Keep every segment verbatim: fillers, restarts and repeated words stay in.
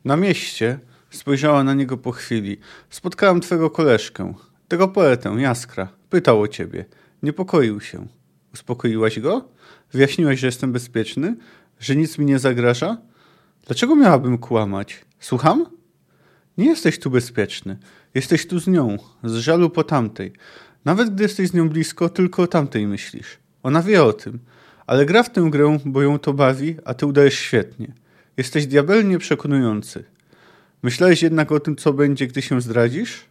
Na mieście spojrzała na niego po chwili. Spotkałem twego koleżkę, tego poetę, Jaskra. Pytał o ciebie. Niepokoił się. Uspokoiłaś go? Wyjaśniłaś, że jestem bezpieczny? Że nic mi nie zagraża? Dlaczego miałabym kłamać? Słucham? Nie jesteś tu bezpieczny. Jesteś tu z nią, z żalu po tamtej. Nawet gdy jesteś z nią blisko, tylko o tamtej myślisz. Ona wie o tym. Ale gra w tę grę, bo ją to bawi, a ty udajesz świetnie. Jesteś diabelnie przekonujący. Myślałeś jednak o tym, co będzie, gdy się zdradzisz?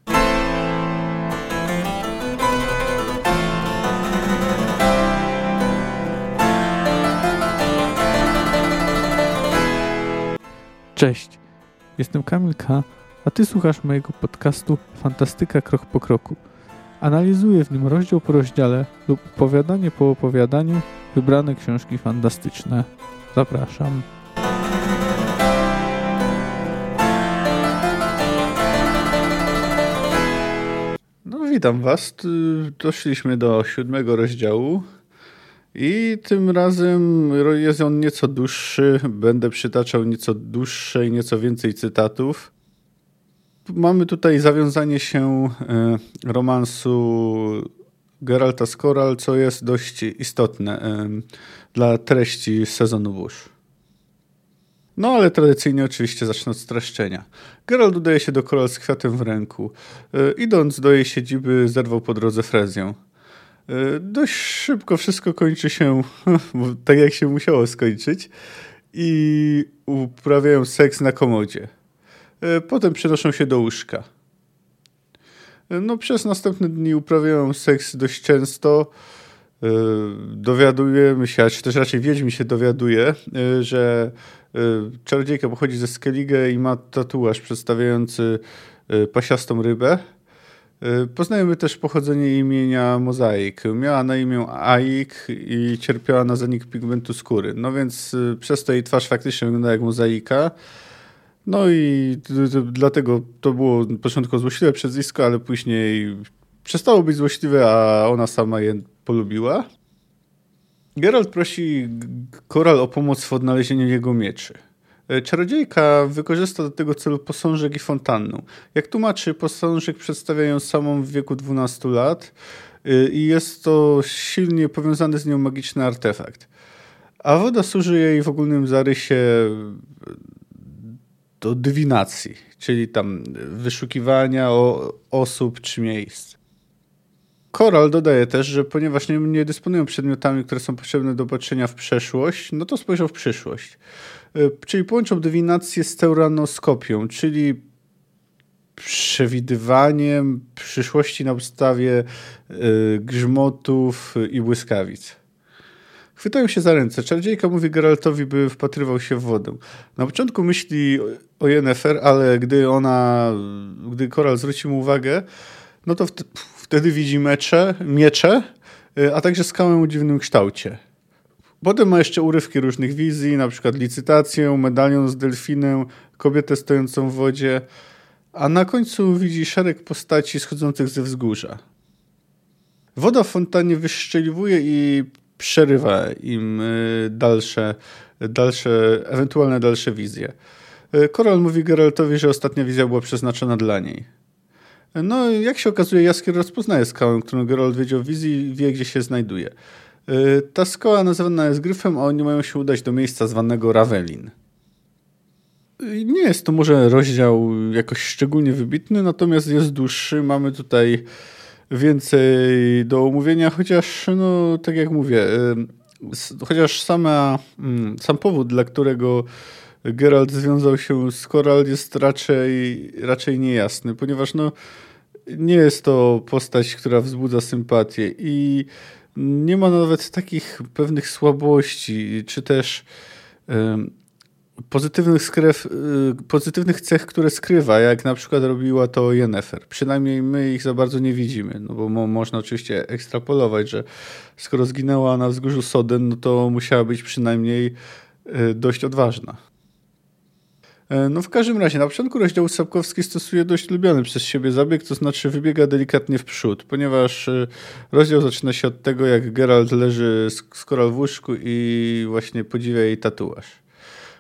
Cześć, jestem Kamil K., a ty słuchasz mojego podcastu Fantastyka Krok po Kroku. Analizuję w nim rozdział po rozdziale lub opowiadanie po opowiadaniu wybrane książki fantastyczne. Zapraszam. No witam was. Doszliśmy do siódmego rozdziału. I tym razem jest on nieco dłuższy, będę przytaczał nieco dłuższe i nieco więcej cytatów. Mamy tutaj zawiązanie się romansu Geralta z Corral, co jest dość istotne dla treści sezonu burz. No ale tradycyjnie oczywiście zacznę od streszczenia. Geralt udaje się do Corral z kwiatem w ręku. Idąc do jej siedziby, zerwał po drodze frezję. Dość szybko wszystko kończy się tak, jak się musiało skończyć i uprawiają seks na komodzie. Potem przenoszą się do łóżka. No, przez następne dni uprawiają seks dość często. Dowiadujemy się, czy też raczej Wiedźmin się dowiaduje, że czarodziejka pochodzi ze Skellige i ma tatuaż przedstawiający pasiastą rybę. Poznajemy też pochodzenie imienia Mozaik. Miała na imię Aik i cierpiała na zanik pigmentu skóry. No więc przez to jej twarz faktycznie wygląda jak mozaika. No i dlatego to było początkowo złośliwe przezwisko, ale później przestało być złośliwe, a ona sama je polubiła. Geralt prosi Corral o pomoc w odnalezieniu jego mieczy. Czarodziejka wykorzysta do tego celu posążek i fontannę. Jak tłumaczy, posążek przedstawia ją samą w wieku dwunastu lat i jest to silnie powiązany z nią magiczny artefakt. A woda służy jej w ogólnym zarysie do dywinacji, czyli tam wyszukiwania osób czy miejsc. Corral dodaje też, że ponieważ nie, nie dysponują przedmiotami, które są potrzebne do patrzenia w przeszłość, no to spojrzał w przyszłość. Czyli połączą dywinację z teuranoskopią, czyli przewidywaniem przyszłości na podstawie y, grzmotów i błyskawic. Chwytają się za ręce. Czarodziejka mówi Geraltowi, by wpatrywał się w wodę. Na początku myśli o Yennefer, ale gdy ona, gdy Corral zwróci mu uwagę, no to wtedy, wtedy widzi mecze, miecze, a także skałę o dziwnym kształcie. Potem ma jeszcze urywki różnych wizji, na przykład licytację, medalion z delfinem, kobietę stojącą w wodzie, a na końcu widzi szereg postaci schodzących ze wzgórza. Woda w fontannie wyszczeliwuje i przerywa im dalsze, dalsze, ewentualne dalsze wizje. Corral mówi Geraltowi, że ostatnia wizja była przeznaczona dla niej. No, jak się okazuje, Jaskier rozpoznaje skałę, którą Geralt wiedział w wizji i wie, gdzie się znajduje. Ta skała nazywana jest Gryfem, a oni mają się udać do miejsca zwanego Ravelin. Nie jest to może rozdział jakoś szczególnie wybitny, natomiast jest dłuższy. Mamy tutaj więcej do omówienia, chociaż, no, tak jak mówię, chociaż sama, sam powód, dla którego Geralt związał się z Corral, jest raczej, raczej niejasny, ponieważ no, nie jest to postać, która wzbudza sympatię i nie ma nawet takich pewnych słabości, czy też y, pozytywnych, skrew, y, pozytywnych cech, które skrywa, jak na przykład robiła to Yennefer. Przynajmniej my ich za bardzo nie widzimy, no bo mo, można oczywiście ekstrapolować, że skoro zginęła na wzgórzu Soden, no to musiała być przynajmniej y, dość odważna. No w każdym razie, na początku rozdziału Sapkowski stosuje dość lubiany przez siebie zabieg, to znaczy wybiega delikatnie w przód, ponieważ rozdział zaczyna się od tego, jak Geralt leży z Corral w łóżku i właśnie podziwia jej tatuaż.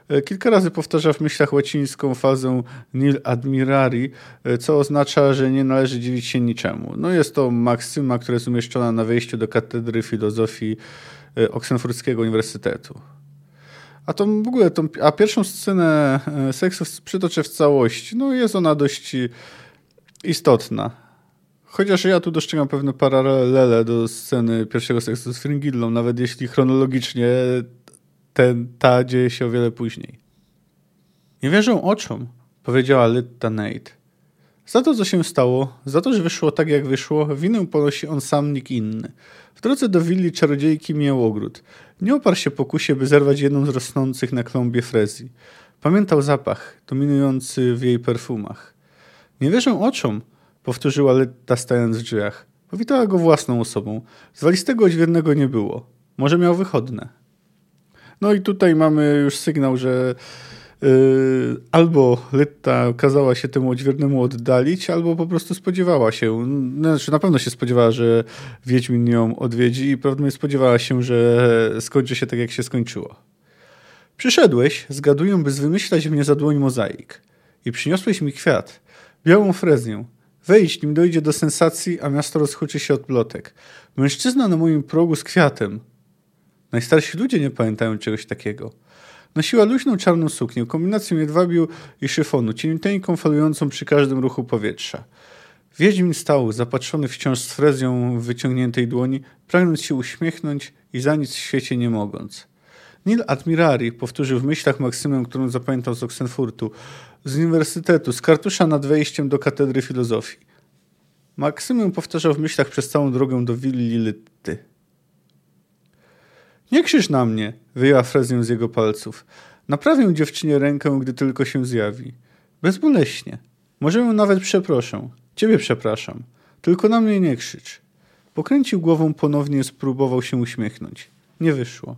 Kilka razy powtarza w myślach łacińską fazę nil admirari, co oznacza, że nie należy dziwić się niczemu. No jest to maksyma, która jest umieszczona na wejściu do katedry filozofii Oksenfurckiego Uniwersytetu. A to w ogóle, tą, a pierwszą scenę seksu przytoczę w całości. No jest ona dość istotna. Chociaż ja tu dostrzegam pewne paralele do sceny pierwszego seksu z Fringillą, nawet jeśli chronologicznie ten, ta dzieje się o wiele później. Nie wierzę oczom, powiedziała Lytta Nate. Za to, co się stało, za to, że wyszło tak, jak wyszło, winę ponosi on sam, nikt inny. W drodze do willi czarodziejki mijał ogród. Nie oparł się pokusie, by zerwać jedną z rosnących na klombie frezji. Pamiętał zapach, dominujący w jej perfumach. Nie wierzę oczom, powtórzyła Lytta, stając w drzwiach. Powitała go własną osobą. Zwalistego odźwiernego nie było. Może miał wychodne. No i tutaj mamy już sygnał, że yy, albo Lytta kazała się temu odźwiernemu oddalić, albo po prostu spodziewała się, znaczy na pewno się spodziewała, że Wiedźmin ją odwiedzi i prawdopodobnie spodziewała się, że skończy się tak, jak się skończyło. Przyszedłeś, zgaduję, by zwymyślać mnie za dłoń mozaik. I przyniosłeś mi kwiat, białą frezję. Wejdź, nim dojdzie do sensacji, a miasto rozhuczy się od plotek. Mężczyzna na moim progu z kwiatem. Najstarsi ludzie nie pamiętają czegoś takiego. Nosiła luźną czarną suknię, kombinację jedwabiu i szyfonu, cieniuteńką, falującą przy każdym ruchu powietrza. Wiedźmin stał, zapatrzony wciąż z frezją w wyciągniętej dłoni, pragnąc się uśmiechnąć i za nic w świecie nie mogąc. Nil admirari, powtórzył w myślach maksymę, którą zapamiętał z Oxenfurtu, z uniwersytetu, z kartusza nad wejściem do katedry filozofii. Maksymę powtarzał w myślach przez całą drogę do willi Lytty. Nie krzyż na mnie, wyjęła frezję z jego palców. Naprawię dziewczynie rękę, gdy tylko się zjawi. Bezboleśnie. Może ją nawet przeproszę. Ciebie przepraszam. Tylko na mnie nie krzycz. Pokręcił głową ponownie, spróbował się uśmiechnąć. Nie wyszło.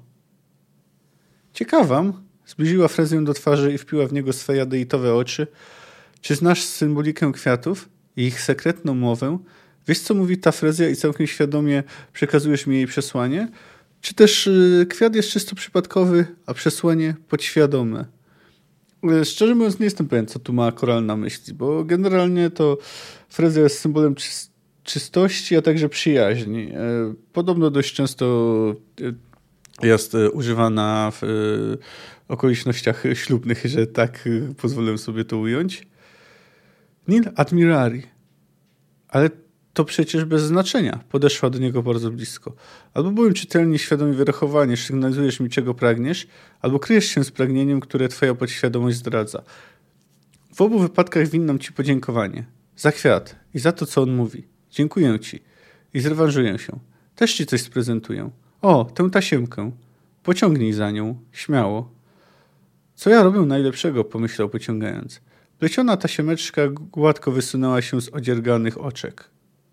Ciekawam, zbliżyła frezję do twarzy i wpiła w niego swe jadeitowe oczy. Czy znasz symbolikę kwiatów i ich sekretną mowę? Wiesz, co mówi ta frezja i całkiem świadomie przekazujesz mi jej przesłanie? Czy też y, kwiat jest czysto przypadkowy, a przesłanie podświadome? Szczerze mówiąc, nie jestem pewien, co tu ma Koral na myśli, bo generalnie to frezja jest symbolem czy- czystości, a także przyjaźni. Podobno dość często jest używana w okolicznościach ślubnych, że tak pozwolę sobie to ująć. Nil admirari. Ale to przecież bez znaczenia. Podeszła do niego bardzo blisko. Albo byłem czytelnie świadomi wyrachowanie, sygnalizujesz mi, czego pragniesz, albo kryjesz się z pragnieniem, które twoja podświadomość zdradza. W obu wypadkach winnam ci podziękowanie. Za kwiat i za to, co on mówi. Dziękuję ci. I zrewanżuję się. Też ci coś sprezentuję. O, tę tasiemkę. Pociągnij za nią. Śmiało. Co ja robię najlepszego, pomyślał pociągając. Pleciona tasiemeczka gładko wysunęła się z odzierganych oczek.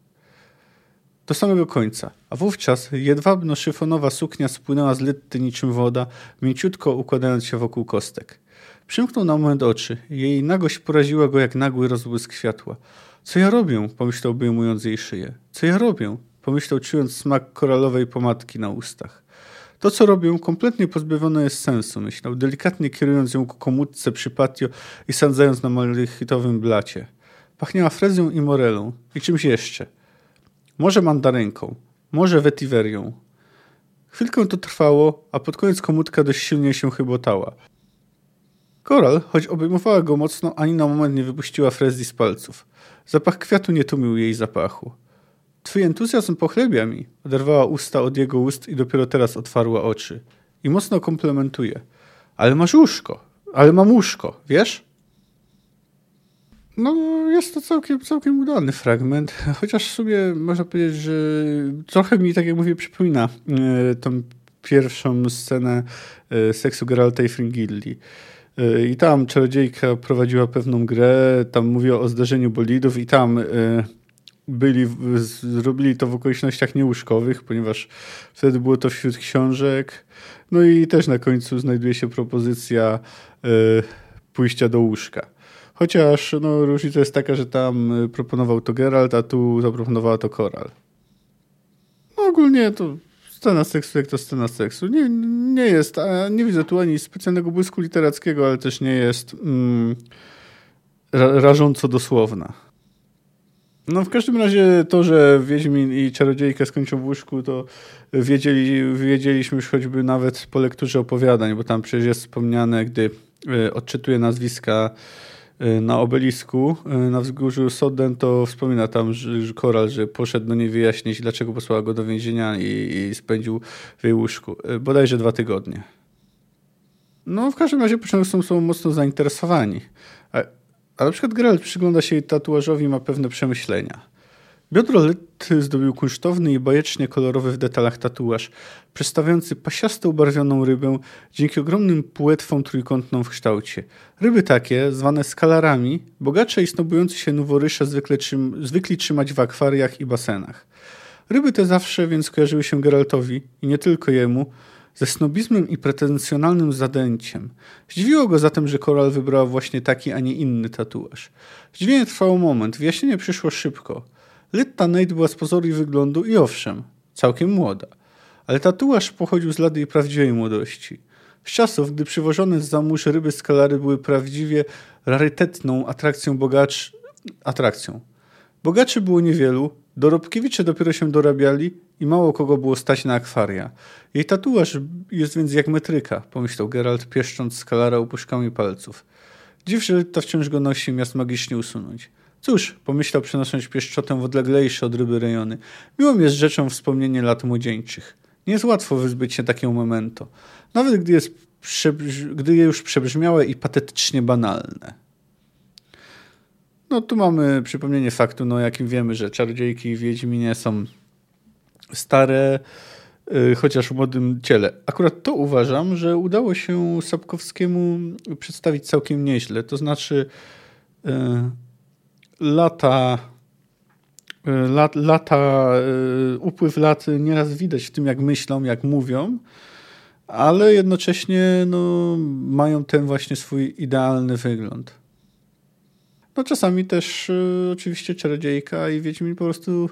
Do samego końca, a wówczas jedwabno-szyfonowa suknia spłynęła z Lytty niczym woda, mięciutko układając się wokół kostek. Przymknął na moment oczy. Jej nagość poraziła go jak nagły rozbłysk światła. Co ja robię? Pomyślał, obejmując jej szyję. Co ja robię? Pomyślał, czując smak koralowej pomadki na ustach. To, co robię, kompletnie pozbawione jest sensu, myślał, delikatnie kierując ją ku komódce przy patio i sadzając na malachitowym blacie. Pachniała frezją i morelą i czymś jeszcze. Może mandarynką, może wetiverią. Chwilkę to trwało, a pod koniec komódka dość silnie się chybotała. Koral, choć obejmowała go mocno, ani na moment nie wypuściła frezji z palców. Zapach kwiatu nie tłumił jej zapachu. Twój entuzjazm pochlebia mi, oderwała usta od jego ust i dopiero teraz otwarła oczy. I mocno komplementuje. Ale masz łóżko, ale mam łóżko, wiesz? No, jest to całkiem, całkiem udany fragment, chociaż sobie można powiedzieć, że trochę mi, tak jak mówię, przypomina y, tą pierwszą scenę y, seksu Geralta i Fringilli. Y, I tam czarodziejka prowadziła pewną grę, tam mówiła o zdarzeniu bolidów i tam y, byli, zrobili to w okolicznościach niełóżkowych, ponieważ wtedy było to wśród książek. No i też na końcu znajduje się propozycja y, pójścia do łóżka. Chociaż no, różnica jest taka, że tam proponował to Geralt, a tu zaproponowała to Koral. No ogólnie to Scena seksu jak to scena seksu. Nie, nie jest, a nie widzę tu ani specjalnego błysku literackiego, ale też nie jest mm, ra, rażąco dosłowna. No w każdym razie to, że Wiedźmin i Czarodziejka skończą w łóżku, to wiedzieli, wiedzieliśmy już choćby nawet po lekturze opowiadań, bo tam przecież jest wspomniane, gdy odczytuje nazwiska na obelisku na wzgórzu Soden, to wspomina tam że Koral, że poszedł do niej wyjaśnić, dlaczego posłała go do więzienia i, i spędził w jej łóżku. Bodajże dwa tygodnie. No w każdym razie początku są, są mocno zainteresowani. A, a na przykład Geralt przygląda się jej tatuażowi i ma pewne przemyślenia. Biodro Lytty zdobił kunsztowny i bajecznie kolorowy w detalach tatuaż, przedstawiający pasiasto ubarwioną rybę dzięki ogromnym płetwom trójkątną w kształcie. Ryby takie, zwane skalarami, bogacze i snobujące się noworysze zwykle trzym, zwykli trzymać w akwariach i basenach. Ryby te zawsze więc kojarzyły się Geraltowi, i nie tylko jemu, ze snobizmem i pretensjonalnym zadęciem. Zdziwiło go zatem, że Koral wybrała właśnie taki, a nie inny tatuaż. Zdziwienie trwało moment, wyjaśnienie przyszło szybko. Lytta Nate była z pozoru i wyglądu i owszem, całkiem młoda. Ale tatuaż pochodził z lat jej prawdziwej młodości. Z czasów, gdy przywożone z zamórz ryby skalary były prawdziwie rarytetną atrakcją bogacz... atrakcją. Bogaczy było niewielu, dorobkiewicze dopiero się dorabiali i mało kogo było stać na akwaria. Jej tatuaż jest więc jak metryka, pomyślał Geralt, pieszcząc skalara opuszkami palców. Dziw, że Lytta wciąż go nosi, miast magicznie usunąć. Cóż, pomyślał, przenosząc pieszczotę w odleglejsze od ryby rejony. Miłą jest rzeczą wspomnienie lat młodzieńczych. Nie jest łatwo wyzbyć się takiego memento. Nawet gdy jest przebrz- gdy je już przebrzmiałe i patetycznie banalne. No tu mamy przypomnienie faktu, no jakim wiemy, że Czarodziejki i Wiedźminie są stare, yy, chociaż w młodym ciele. Akurat to uważam, że udało się Sapkowskiemu przedstawić całkiem nieźle. To znaczy... Yy, Lata, lat, lata, upływ lat nieraz widać w tym, jak myślą, jak mówią, ale jednocześnie no, mają ten właśnie swój idealny wygląd. No czasami też y, oczywiście Czarodziejka i Wiedźmin po prostu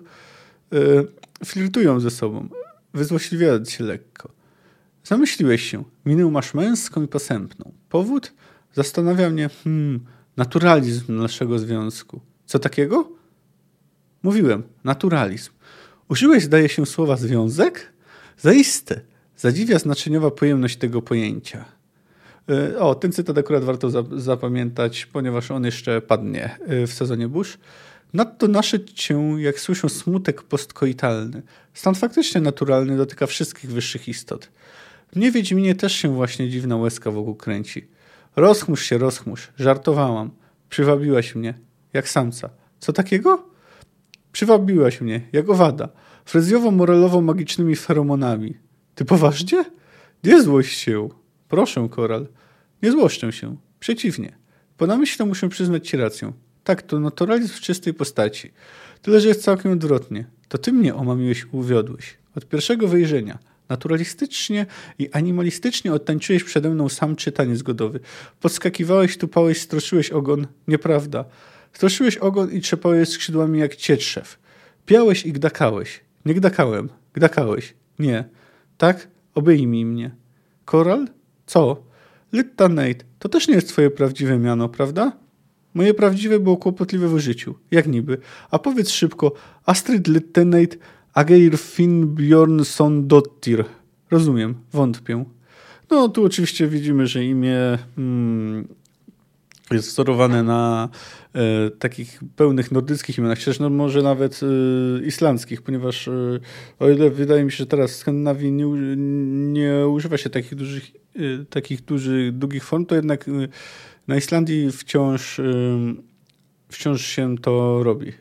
y, flirtują ze sobą, wyzłośliwiając się lekko. Zamyśliłeś się, minę masz męską i posępną. Powód? Zastanawia mnie hmm, naturalizm naszego związku. Co takiego? Mówiłem, naturalizm. Użyłeś, zdaje się, słowa związek? Zaiste. Zadziwia znaczeniowa pojemność tego pojęcia. O, ten cytat akurat warto zapamiętać, ponieważ on jeszcze padnie w sezonie burz. Nadto naszyć się, jak słyszę, smutek postkoitalny. Stan faktycznie naturalny dotyka wszystkich wyższych istot. Mnie, Wiedźminie, też się właśnie dziwna łezka wokół kręci. Rozchmurz się, rozchmurz. Żartowałam. Przywabiłaś mnie. Jak samca. Co takiego? Przywabiłaś mnie, jak owada. Frezjowo-morelowo-magicznymi feromonami. Ty poważnie? Nie złość się. Proszę, Koral. Nie złoszczę się. Przeciwnie. Po namyśle muszę przyznać ci rację. Tak, to naturalizm w czystej postaci. Tyle, że jest całkiem odwrotnie. To ty mnie omamiłeś i uwiodłeś. Od pierwszego wejrzenia. Naturalistycznie i animalistycznie odtańczyłeś przede mną sam czytanie zgodowy. Podskakiwałeś, tupałeś, stroszyłeś ogon. Nieprawda. Stroszyłeś ogon i trzepałeś skrzydłami jak cietrzew. Piałeś i gdakałeś. Nie gdakałem. Gdakałeś. Nie. Tak? Obejmij mnie. Koral? Co? Lytta Nate. To też nie jest twoje prawdziwe miano, prawda? Moje prawdziwe było kłopotliwe w użyciu. Jak niby? A powiedz szybko. Astrid Lytta Nate Ageir Finnbjornsson-dottir. Rozumiem. Wątpię. No tu oczywiście widzimy, że imię hmm, jest wzorowane na e, takich pełnych nordyckich imionach, chociaż no może nawet e, islandzkich, ponieważ e, o ile wydaje mi się, że teraz w Skandynawii nie, nie używa się takich dużych, e, takich dużych, długich form, to jednak e, na Islandii wciąż, e, wciąż się to robi.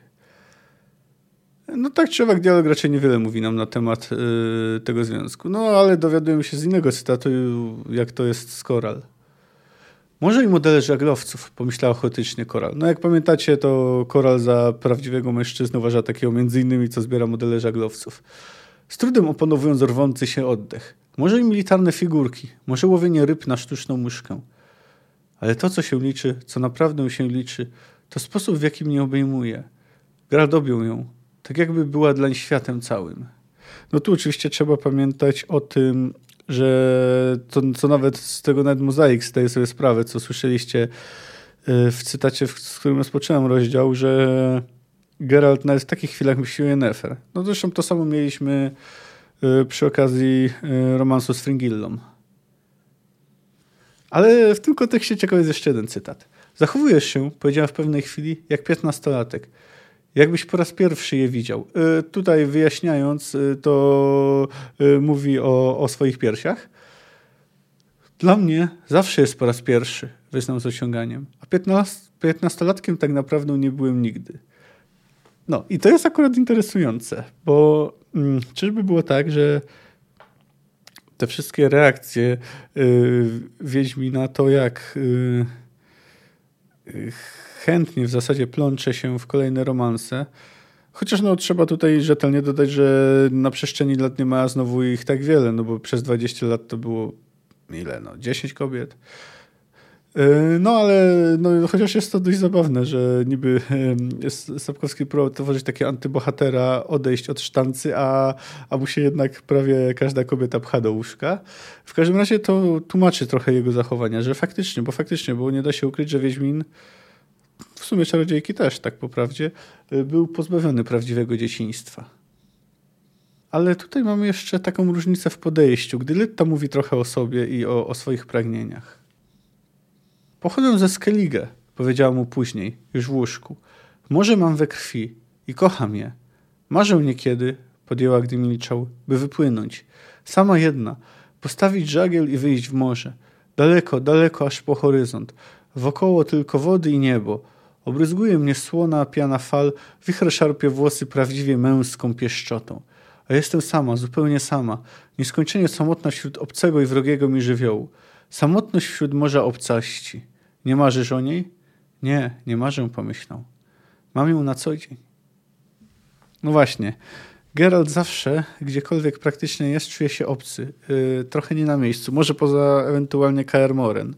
No tak czy owak dialog raczej niewiele mówi nam na temat y, tego związku. No ale dowiadujemy się z innego cytatu, jak to jest z Koral. Może i modele żaglowców, pomyślała chaotycznie Koral. No jak pamiętacie, to Koral za prawdziwego mężczyznę uważa takiego między innymi, co zbiera modele żaglowców. Z trudem opanowując rwący się oddech. Może i militarne figurki, może łowienie ryb na sztuczną muszkę. Ale to, co się liczy, co naprawdę się liczy, to sposób, w jaki mnie obejmuje. Geralt objął ją. Tak jakby była dlań światem całym. No tu oczywiście trzeba pamiętać o tym, że to, co nawet z tego nawet Mozaik zdaje sobie sprawę, co słyszeliście w cytacie, z którym rozpocząłem rozdział, że Geralt nawet w takich chwilach myśli o Yennefer. No zresztą to samo mieliśmy przy okazji romansu z Fringillą. Ale w tym kontekście ciekawy jest jeszcze jeden cytat. Zachowujesz się, powiedziałem w pewnej chwili, jak piętnastolatek. Jakbyś po raz pierwszy je widział. Y, tutaj wyjaśniając, y, to y, mówi o, o swoich piersiach. Dla mnie zawsze jest po raz pierwszy, wyznam z ociąganiem. A piętnastolatkiem tak naprawdę nie byłem nigdy. No i to jest akurat interesujące, bo mm, czyżby było tak, że te wszystkie reakcje y, Wiedźmina, to jak y, y, chętnie w zasadzie plącze się w kolejne romanse. Chociaż no, trzeba tutaj rzetelnie dodać, że na przestrzeni lat nie ma znowu ich tak wiele, no bo przez dwadzieścia lat to było ile? No, dziesięć kobiet. No ale no, chociaż jest to dość zabawne, że niby Sapkowski próbował tworzyć takie antybohatera, odejść od sztancy, a, a mu się jednak prawie każda kobieta pcha do łóżka. W każdym razie to tłumaczy trochę jego zachowania, że faktycznie, bo faktycznie, bo nie da się ukryć, że Wiedźmin, w sumie Czarodziejki też, tak po prawdzie, był pozbawiony prawdziwego dzieciństwa. Ale tutaj mamy jeszcze taką różnicę w podejściu, gdy Lytta mówi trochę o sobie i o, o swoich pragnieniach. Pochodzę ze Skellige, powiedziała mu później, już w łóżku. Morze mam we krwi i kocham je. Marzę niekiedy, podjęła, gdy milczał, by wypłynąć. Sama jedna, postawić żagiel i wyjść w morze. Daleko, daleko, aż po horyzont. Wokoło tylko wody i niebo. Obryzguje mnie słona piana fal, wicher szarpie włosy prawdziwie męską pieszczotą. A jestem sama, zupełnie sama, nieskończenie samotna wśród obcego i wrogiego mi żywiołu. Samotność wśród morza obcaści. Nie marzysz o niej? Nie, nie marzę, pomyślał. Mam ją na co dzień. No właśnie. Geralt zawsze, gdziekolwiek praktycznie jest, czuje się obcy. Yy, trochę nie na miejscu. Może poza ewentualnie Kaer Morhen.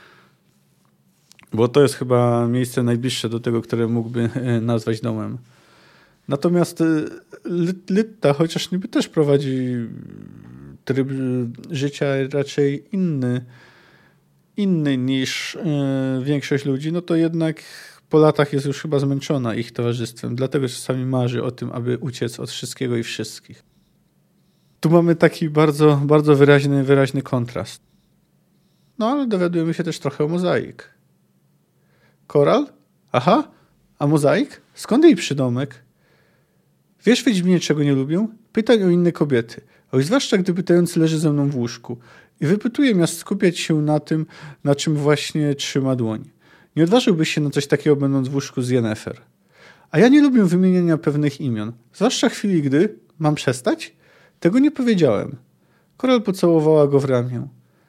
Bo to jest chyba miejsce najbliższe do tego, które mógłby yy, nazwać domem. Natomiast yy, Lytta, chociaż niby też prowadzi tryb życia raczej inny, inny niż yy, większość ludzi, no to jednak po latach jest już chyba zmęczona ich towarzystwem. Dlatego czasami marzy o tym, aby uciec od wszystkiego i wszystkich. Tu mamy taki bardzo, bardzo wyraźny, wyraźny kontrast. No ale dowiadujemy się też trochę o Mozaik. Koral? Aha, a Mozaik? Skąd jej przydomek? Wiesz, Wiedźminie, czego nie lubię? Pytań o inne kobiety. Oj, zwłaszcza gdy pytający leży ze mną w łóżku. I wypytuję miast skupiać się na tym, na czym właśnie trzyma dłoń. Nie odważyłbyś się na coś takiego, będąc w łóżku z Yennefer. A ja nie lubię wymieniania pewnych imion. Zwłaszcza w chwili, gdy... Mam przestać? Tego nie powiedziałem. Koral pocałowała go w ramię.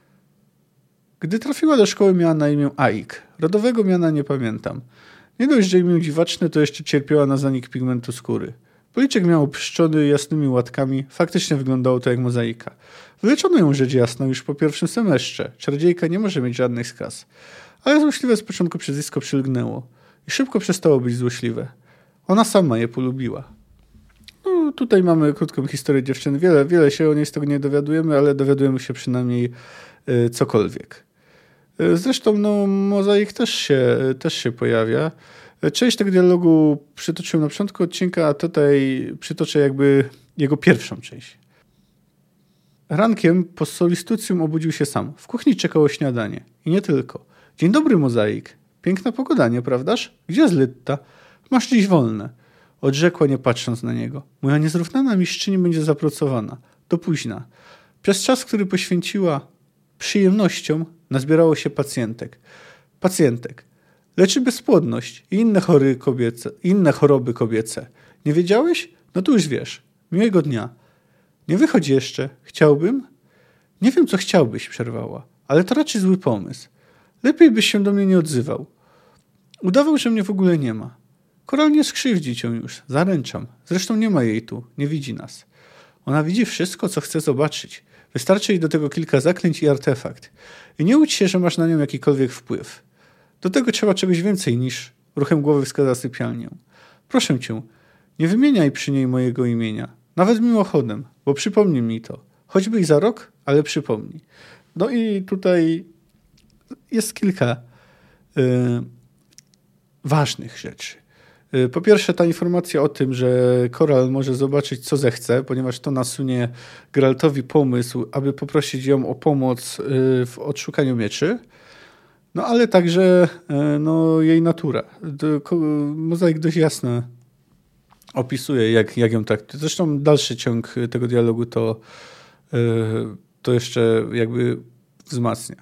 Gdy trafiła do szkoły, miała na imię Aik. Rodowego miana nie pamiętam. Nie dość, że imię dziwaczne, to jeszcze cierpiała na zanik pigmentu skóry. Policzek miał pszczony jasnymi łatkami. Faktycznie wyglądało to jak mozaika. Wyleczono ją rzecz jasna już po pierwszym semestrze. Czarodziejka nie może mieć żadnych skaz. Ale złośliwe z początku przyzwisko przylgnęło. I szybko przestało być złośliwe. Ona sama je polubiła. No, tutaj mamy krótką historię dziewczyny. Wiele, wiele się o niej z tego nie dowiadujemy, ale dowiadujemy się przynajmniej y, cokolwiek. Y, zresztą no, Mozaik też się, też się pojawia. Część tego dialogu przytoczyłem na początku odcinka, a tutaj przytoczę jakby jego pierwszą część. Rankiem po solistycjum obudził się sam. W kuchni czekało śniadanie. I nie tylko. Dzień dobry, Mozaik. Piękna pogoda, nieprawdaż? Gdzie jest Lytta? Masz dziś wolne. Odrzekła, nie patrząc na niego. Moja niezrównana mistrzyni będzie zapracowana. Do późna. Przez czas, który poświęciła przyjemnościom, nazbierało się pacjentek. Pacjentek. Leczy bezpłodność i inne, chory kobiece, inne choroby kobiece. Nie wiedziałeś? No to już wiesz. Miłego dnia. Nie wychodź jeszcze. Chciałbym? Nie wiem, co chciałbyś, przerwała. Ale to raczej zły pomysł. Lepiej byś się do mnie nie odzywał. Udawał, że mnie w ogóle nie ma. Koral nie skrzywdzi cię już. Zaręczam. Zresztą nie ma jej tu. Nie widzi nas. Ona widzi wszystko, co chce zobaczyć. Wystarczy jej do tego kilka zaklęć i artefakt. I nie łudź się, że masz na nią jakikolwiek wpływ. Do tego trzeba czegoś więcej niż... Ruchem głowy wskaza sypialnię. Proszę cię, nie wymieniaj przy niej mojego imienia. Nawet mimochodem, bo przypomnij mi to. Choćby i za rok, ale przypomnij. No i tutaj jest kilka y, ważnych rzeczy. Y, po pierwsze ta informacja o tym, że Coral może zobaczyć co zechce, ponieważ to nasunie Geraltowi pomysł, aby poprosić ją o pomoc y, w odszukaniu mieczy. No ale także y, no, jej natura. Mozaik dość jasno opisuje, jak, jak ją traktuje. Zresztą dalszy ciąg tego dialogu to, y, to jeszcze jakby wzmacnia.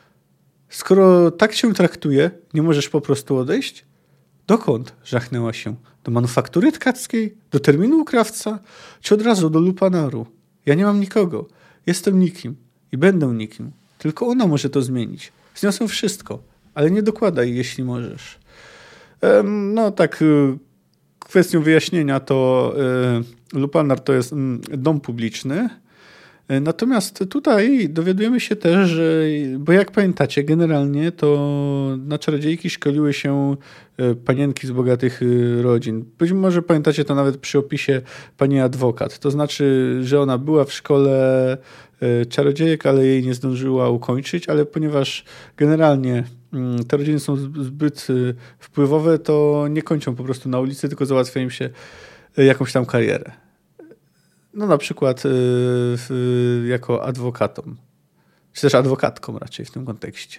Skoro tak cię traktuje, nie możesz po prostu odejść? Dokąd? Żachnęła się. Do manufaktury tkackiej? Do terminu u krawca? Czy od razu do lupanaru? Ja nie mam nikogo. Jestem nikim. I będę nikim. Tylko ona może to zmienić. Zniosę wszystko. Ale nie dokładaj, jeśli możesz. Ehm, no tak, kwestią wyjaśnienia to y, lupanar to jest y, dom publiczny. Natomiast tutaj dowiadujemy się też, że, bo jak pamiętacie, generalnie to na czarodziejki szkoliły się panienki z bogatych rodzin. Być może pamiętacie to nawet przy opisie pani adwokat. To znaczy, że ona była w szkole czarodziejek, ale jej nie zdążyła ukończyć, ale ponieważ generalnie te rodziny są zbyt wpływowe, to nie kończą po prostu na ulicy, tylko załatwia im się jakąś tam karierę. No na przykład y, y, jako adwokatom, czy też adwokatką raczej w tym kontekście.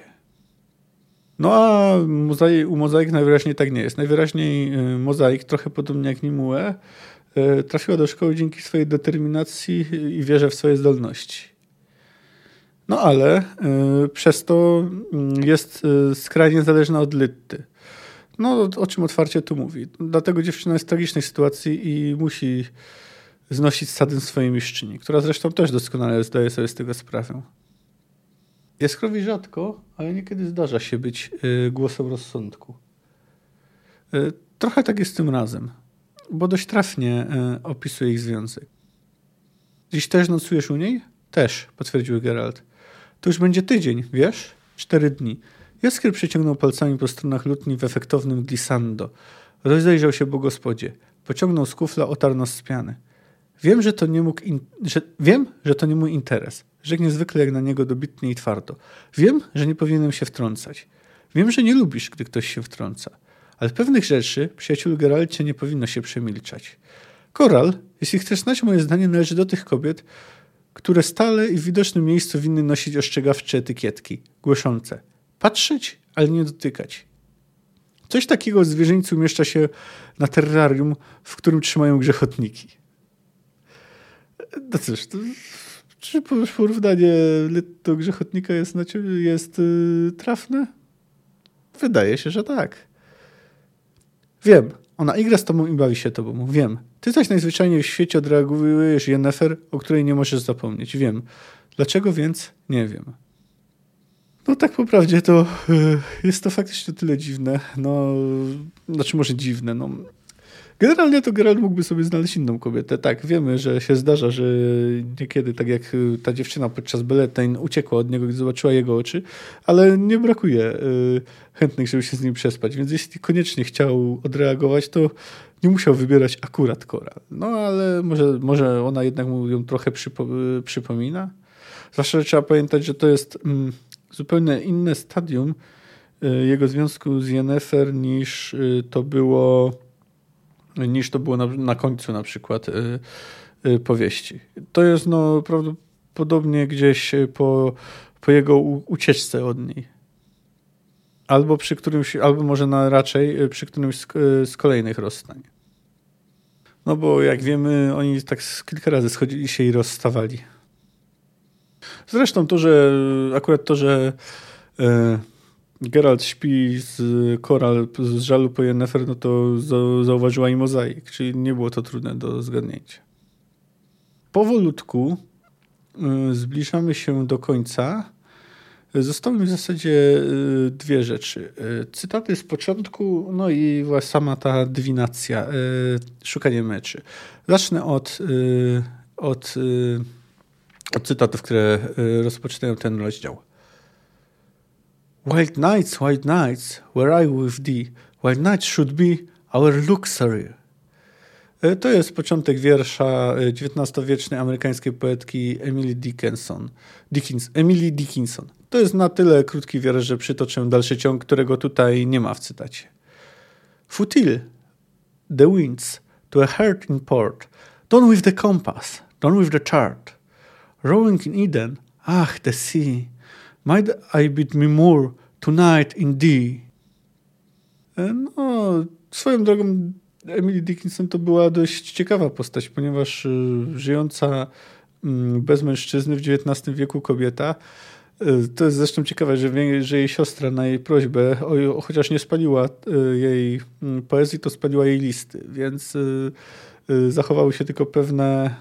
No a mozaik, u Mozaik najwyraźniej tak nie jest. Najwyraźniej y, Mozaik, trochę podobnie jak Nimue, y, trafiła do szkoły dzięki swojej determinacji i wierze w swoje zdolności. No ale y, przez to y, jest y, skrajnie zależna od Litty. No o czym otwarcie tu mówi. Dlatego dziewczyna jest w tragicznej sytuacji i musi znosić sadyn swojej mistrzyni, która zresztą też doskonale zdaje sobie z tego sprawę. Jaskrowi rzadko, ale niekiedy zdarza się być y, głosem rozsądku. Y, trochę tak jest tym razem, bo dość trafnie y, opisuje ich związek. Dziś też nocujesz u niej? Też, potwierdził Geralt. To już będzie tydzień, wiesz? Cztery dni. Jaskier przeciągnął palcami po stronach lutni w efektownym glissando. Rozejrzał się po gospodzie. Pociągnął z kufla, otarł nos z piany. Wiem, że to nie mógł in... że... Wiem, że to nie mój interes. Rzekł niezwykle jak na niego dobitnie i twardo. Wiem, że nie powinienem się wtrącać. Wiem, że nie lubisz, gdy ktoś się wtrąca. Ale pewnych rzeczy, przyjaciół Geralcie, nie powinno się przemilczać. Coral, jeśli chcesz znać moje zdanie, należy do tych kobiet, które stale i w widocznym miejscu winny nosić ostrzegawcze etykietki, głoszące. Patrzeć, ale nie dotykać. Coś takiego w zwierzyńcu umieszcza się na terrarium, w którym trzymają grzechotniki. No cóż, to, czy porównanie do grzechotnika jest, jest yy, trafne? Wydaje się, że tak. Wiem, ona igra z tobą i bawi się tobą. Wiem. Ty zaś najzwyczajniej w świecie odreagujesz Yennefer, o której nie możesz zapomnieć. Wiem. Dlaczego więc? Nie wiem. No tak po prawdzie to yy, jest to faktycznie tyle dziwne. No, znaczy może dziwne, no. Generalnie to Geralt mógłby sobie znaleźć inną kobietę. Tak, wiemy, że się zdarza, że niekiedy, tak jak ta dziewczyna podczas Beltane uciekła od niego, gdy zobaczyła jego oczy, ale nie brakuje y, chętnych, żeby się z nim przespać. Więc jeśli koniecznie chciał odreagować, to nie musiał wybierać akurat Coral. No ale może, może ona jednak mu ją trochę przypo- y, przypomina. Zwłaszcza, że trzeba pamiętać, że to jest mm, zupełnie inne stadium y, jego związku z Yennefer niż y, to było... niż to było na, na końcu na przykład y, y, powieści. To jest no prawdopodobnie gdzieś po, po jego u, ucieczce od niej. Albo przy którymś, albo może na raczej przy którymś z, z kolejnych rozstań. No bo jak wiemy, oni tak kilka razy schodzili się i rozstawali. Zresztą to, że akurat to, że y, Geralt śpi z Coral z żalu po Yennefer, no to zauważyła i Mozaik, czyli nie było to trudne do zgadnięcia. Powolutku y, zbliżamy się do końca. Zostały mi w zasadzie y, dwie rzeczy. Y, cytaty z początku, no i sama ta dywinacja, y, szukanie meczy. Zacznę od, y, od, y, od cytatów, które y, rozpoczynają ten rozdział. Wild nights, wild nights, were I with thee, wild nights should be our luxury. To jest początek wiersza dziewiętnastowiecznej amerykańskiej poetki Emily Dickinson. Dickens, Emily Dickinson. To jest na tyle krótki wiersz, że przytoczę dalszy ciąg, którego tutaj nie ma w cytacie. Futile, the winds, to a heart in port, done with the compass, done with the chart. Rowing in Eden, ach, the sea, might I bid me more tonight in thee. No, swoją drogą Emily Dickinson to była dość ciekawa postać, ponieważ żyjąca bez mężczyzny w dziewiętnastym wieku kobieta, to jest zresztą ciekawe, że, że jej siostra na jej prośbę, o, chociaż nie spaliła jej poezji, to spaliła jej listy, więc zachowały się tylko pewne,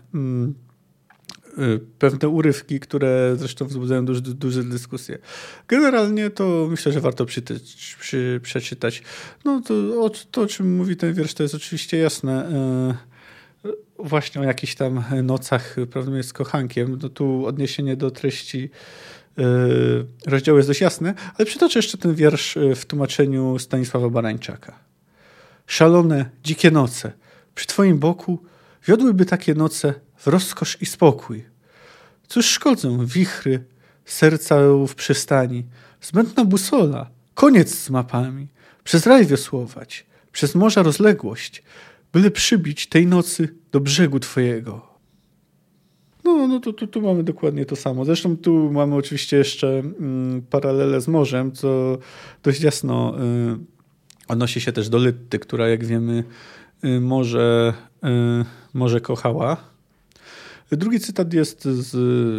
pewne urywki, które zresztą wzbudzają duże, duże dyskusje. Generalnie to myślę, że warto przy, przy, przeczytać. No to, o, to, o czym mówi ten wiersz, to jest oczywiście jasne. Właśnie o jakichś tam nocach, prawdopodobnie z kochankiem. No tu odniesienie do treści rozdziału jest dość jasne, ale przytoczę jeszcze ten wiersz w tłumaczeniu Stanisława Barańczaka. Szalone, dzikie noce. Przy twoim boku wiodłyby takie noce w rozkosz i spokój. Cóż szkodzą wichry, serca w przystani, zbędna busola, koniec z mapami, przez raj wiosłować, przez morza rozległość, byle przybić tej nocy do brzegu twojego. No, no to tu, tu mamy dokładnie to samo. Zresztą tu mamy oczywiście jeszcze mm, paralele z morzem, co dość jasno y, odnosi się też do Lytty, która, jak wiemy, y, morze, y, morze kochała. Drugi cytat jest z,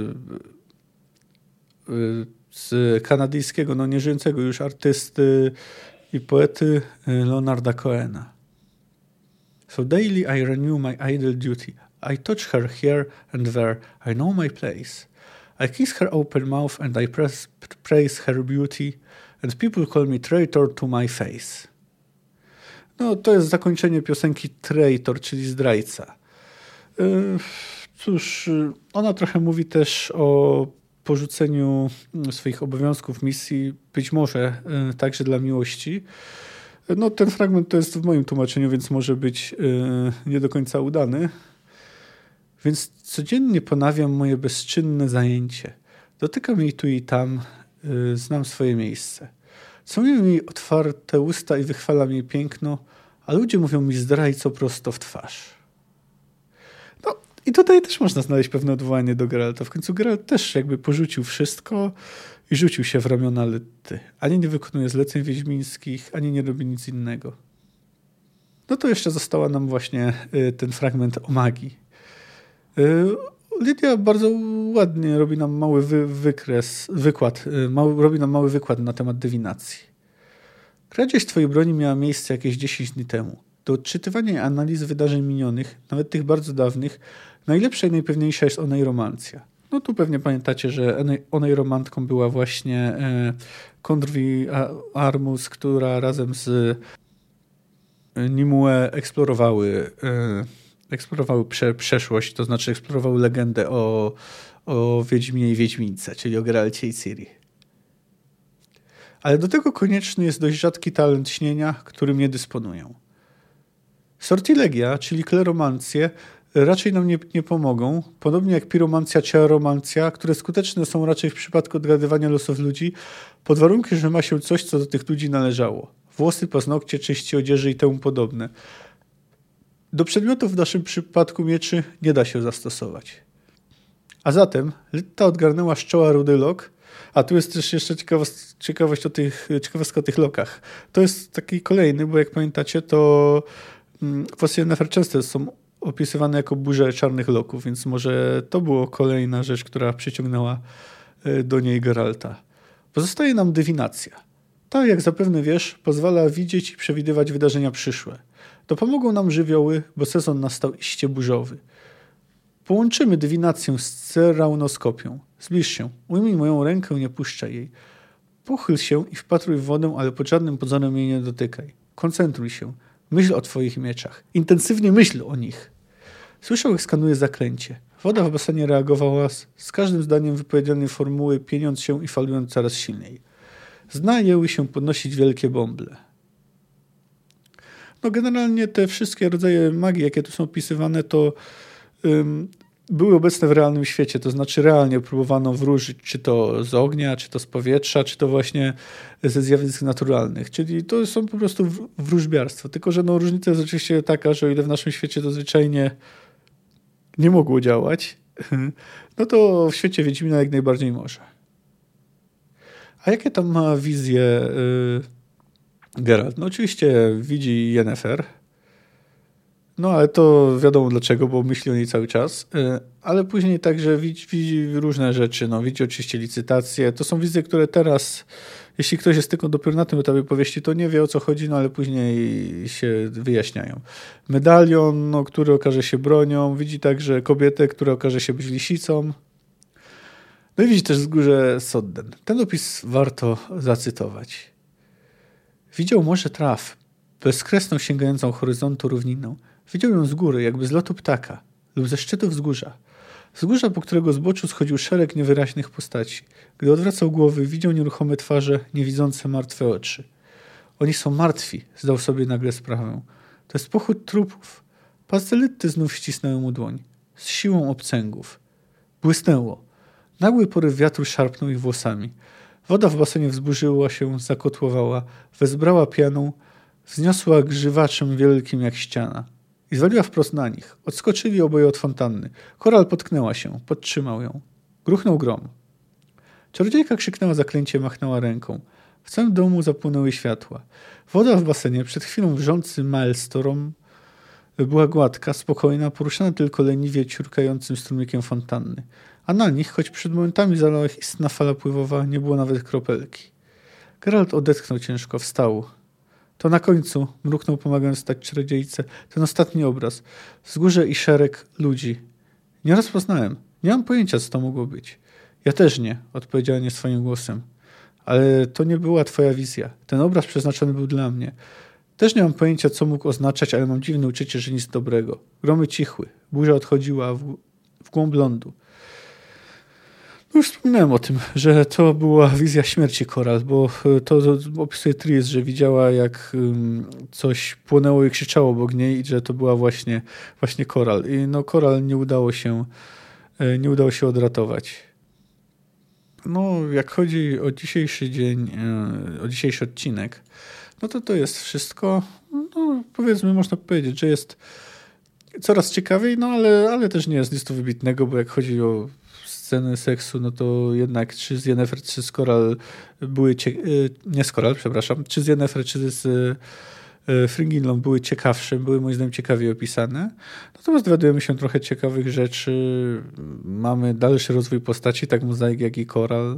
y, z kanadyjskiego, no nieżyjącego już artysty i poety Leonarda Cohena. So daily I renew my idle duty. I touch her here and there. I know my place. I kiss her open mouth and I press, praise her beauty. And people call me traitor to my face. No, to jest zakończenie piosenki Traitor, czyli zdrajca. Yy, cóż, ona trochę mówi też o porzuceniu swoich obowiązków, misji, być może yy, także dla miłości. No, ten fragment to jest w moim tłumaczeniu, więc może być yy, nie do końca udany. Więc codziennie ponawiam moje bezczynne zajęcie. Dotykam jej tu i tam, yy, znam swoje miejsce. Całuję jej otwarte usta i wychwalam jej piękno, a ludzie mówią mi zdrajco prosto w twarz. No i tutaj też można znaleźć pewne odwołanie do Geralta. W końcu Geralt też jakby porzucił wszystko i rzucił się w ramiona Lytty. Ani nie wykonuje zleceń wiedźmińskich, ani nie robi nic innego. No to jeszcze została nam właśnie yy, ten fragment o magii. Lidia bardzo ładnie robi nam mały wy, wykres, wykład, mały, robi nam mały wykład na temat dywinacji. Kradzież twojej broni miała miejsce jakieś dziesięć dni temu. Do odczytywania i analizy wydarzeń minionych, nawet tych bardzo dawnych, najlepsza i najpewniejsza jest oneiromancja. No tu pewnie pamiętacie, że oneiromantką była właśnie e, Kondrwi Armus, która razem z Nimue eksplorowały e, eksplorowały prze, przeszłość, to znaczy eksplorowały legendę o, o Wiedźminie i Wiedźmince, czyli o Geralcie i Ciri. Ale do tego konieczny jest dość rzadki talent śnienia, którym nie dysponują. Sortilegia, czyli kleromancje, raczej nam nie, nie pomogą, podobnie jak piromancja czy aromancja, które skuteczne są raczej w przypadku odgadywania losów ludzi, pod warunkiem, że ma się coś, co do tych ludzi należało. Włosy, paznokcie, części odzieży i temu podobne. Do przedmiotów w naszym przypadku mieczy nie da się zastosować. A zatem Lytta odgarnęła z czoła rudy lok, a tu jest też jeszcze ciekawość, ciekawość o tych, ciekawostka o tych lokach. To jest taki kolejny, bo jak pamiętacie, to włosy Yennefer często są opisywane jako burze czarnych loków, więc może to było kolejna rzecz, która przyciągnęła do niej Geralta. Pozostaje nam dywinacja. Ta, jak zapewne wiesz, pozwala widzieć i przewidywać wydarzenia przyszłe. Dopomogą nam żywioły, bo sezon nastał iście burzowy. Połączymy dywinację z ceraunoskopią. Zbliż się, ujmij moją rękę, nie puszczaj jej. Pochyl się i wpatruj w wodę, ale pod żadnym pozorem jej nie dotykaj. Koncentruj się. Myśl o twoich mieczach. Intensywnie myśl o nich. Słyszał, jak skanuje zaklęcie. Woda w basenie reagowała z, z każdym zdaniem wypowiedzianej formuły, pieniąc się i falując coraz silniej. Z dna jęły się podnosić wielkie bąble. No generalnie te wszystkie rodzaje magii, jakie tu są opisywane, to ym, były obecne w realnym świecie, to znaczy realnie próbowano wróżyć, czy to z ognia, czy to z powietrza, czy to właśnie ze zjawisk naturalnych. Czyli to są po prostu wróżbiarstwo. Tylko że no, różnica jest oczywiście taka, że o ile w naszym świecie to zwyczajnie nie mogło działać, no to w świecie Wiedźmina jak najbardziej może. A jakie tam ma wizje yy, Geralt? No oczywiście widzi Yennefer. No ale to wiadomo dlaczego, bo myśli o niej cały czas. Yy, ale później także widzi, widzi różne rzeczy. No, widzi oczywiście licytacje. To są wizje, które teraz, jeśli ktoś jest tylko dopiero na tym etapie powieści, to nie wie o co chodzi, no ale później się wyjaśniają. Medalion, no, który okaże się bronią. Widzi także kobietę, która okaże się być lisicą. No i widzi też wzgórze Sodden. Ten opis warto zacytować. Widział morze traw, bezkresną sięgającą horyzontu równiną. Widział ją z góry, jakby z lotu ptaka lub ze szczytu wzgórza. Wzgórza, po którego zboczu schodził szereg niewyraźnych postaci. Gdy odwracał głowy, widział nieruchome twarze, niewidzące martwe oczy. Oni są martwi, zdał sobie nagle sprawę. To jest pochód trupów. Pazdelitty znów ścisnęły mu dłoń. Z siłą obcęgów. Błysnęło. Nagły poryw wiatru szarpnął ich włosami. Woda w basenie wzburzyła się, zakotłowała, wezbrała pianą, wzniosła grzywaczem wielkim jak ściana i zwaliła wprost na nich. Odskoczyli oboje od fontanny. Koral potknęła się, podtrzymał ją. Gruchnął grom. Czarodziejka krzyknęła zaklęcie, machnęła ręką. W całym domu zapłonęły światła. Woda w basenie, przed chwilą wrzący maelstrom, była gładka, spokojna, poruszana tylko leniwie ciurkającym strumykiem fontanny. A na nich, choć przed momentami zalała ich istna fala pływowa, nie było nawet kropelki. Geralt odetchnął ciężko, wstał. To na końcu, mruknął, pomagając stać czarodziejce, ten ostatni obraz. Wzgórze i szereg ludzi. Nie rozpoznałem. Nie mam pojęcia, co to mogło być. Ja też nie, odpowiedziała nie swoim głosem. Ale to nie była twoja wizja. Ten obraz przeznaczony był dla mnie. Też nie mam pojęcia, co mógł oznaczać, ale mam dziwne uczucie, że nic dobrego. Gromy cichły. Burza odchodziła w, w głąb lądu. No już wspominałem o tym, że to była wizja śmierci Koral, bo to, to opisuje Tris, że widziała, jak um, coś płonęło i krzyczało obok niej i że to była właśnie, właśnie Koral. I no Koral nie udało się, nie udało się odratować. No, jak chodzi o dzisiejszy dzień, o dzisiejszy odcinek, no to to jest wszystko. No, powiedzmy, można powiedzieć, że jest coraz ciekawiej, no ale, ale też nie jest nic tu wybitnego, bo jak chodzi o sceny seksu, no to jednak czy z Yennefer, czy z Koral były, cie... nie z Koral, przepraszam, czy z Yennefer, czy z Fringillą były ciekawsze, były moim zdaniem ciekawie opisane. Natomiast dowiadujemy się trochę ciekawych rzeczy. Mamy dalszy rozwój postaci, tak Mozaik, jak i Koral.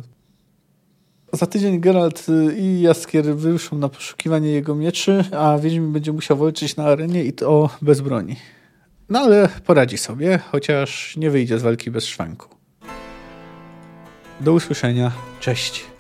Za tydzień Geralt i Jaskier wyruszą na poszukiwanie jego mieczy, a Wiedźmin będzie musiał walczyć na arenie i to bez broni. No ale poradzi sobie, chociaż nie wyjdzie z walki bez szwanku. Do usłyszenia. Cześć.